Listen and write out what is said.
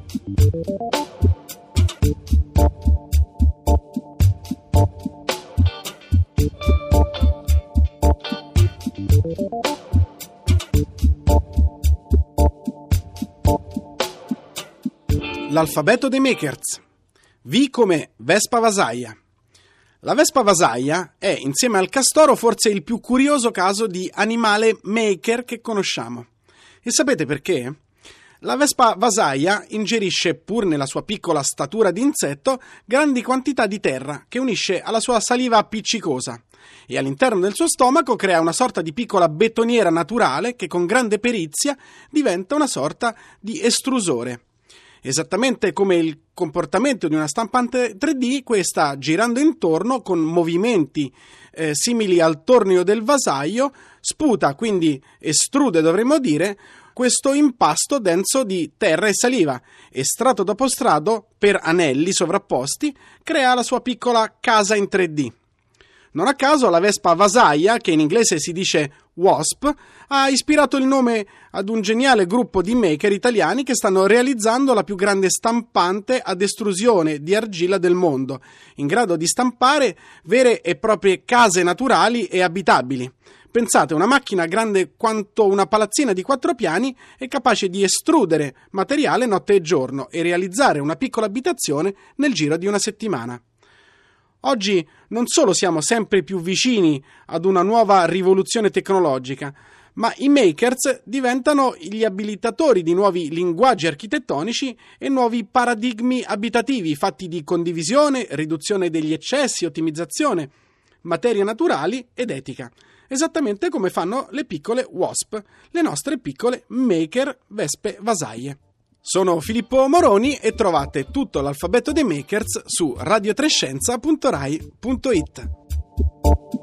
L'alfabeto dei makers. V come Vespa Vasaia. La Vespa Vasaia è, insieme al castoro, forse il più curioso caso di animale maker che conosciamo. E sapete perché? La Vespa Vasaia ingerisce, pur nella sua piccola statura di insetto, grandi quantità di terra che unisce alla sua saliva appiccicosa e all'interno del suo stomaco crea una sorta di piccola betoniera naturale che con grande perizia diventa una sorta di estrusore. Esattamente come il comportamento di una stampante 3D, questa, girando intorno con movimenti simili al tornio del vasaio, sputa, quindi estrude dovremmo dire, questo impasto denso di terra e saliva e strato dopo strato, per anelli sovrapposti, crea la sua piccola casa in 3D. Non a caso la Vespa Vasaia, che in inglese si dice Wasp, ha ispirato il nome ad un geniale gruppo di maker italiani che stanno realizzando la più grande stampante ad estrusione di argilla del mondo, in grado di stampare vere e proprie case naturali e abitabili. Pensate, una macchina grande quanto una palazzina di 4 piani è capace di estrudere materiale notte e giorno e realizzare una piccola abitazione nel giro di una settimana. Oggi non solo siamo sempre più vicini ad una nuova rivoluzione tecnologica, ma i makers diventano gli abilitatori di nuovi linguaggi architettonici e nuovi paradigmi abitativi fatti di condivisione, riduzione degli eccessi, ottimizzazione, materie naturali ed etica. Esattamente come fanno le piccole Wasp, le nostre piccole maker Vespe Vasaie. Sono Filippo Moroni e trovate tutto l'alfabeto dei makers su radiotrescienza.rai.it.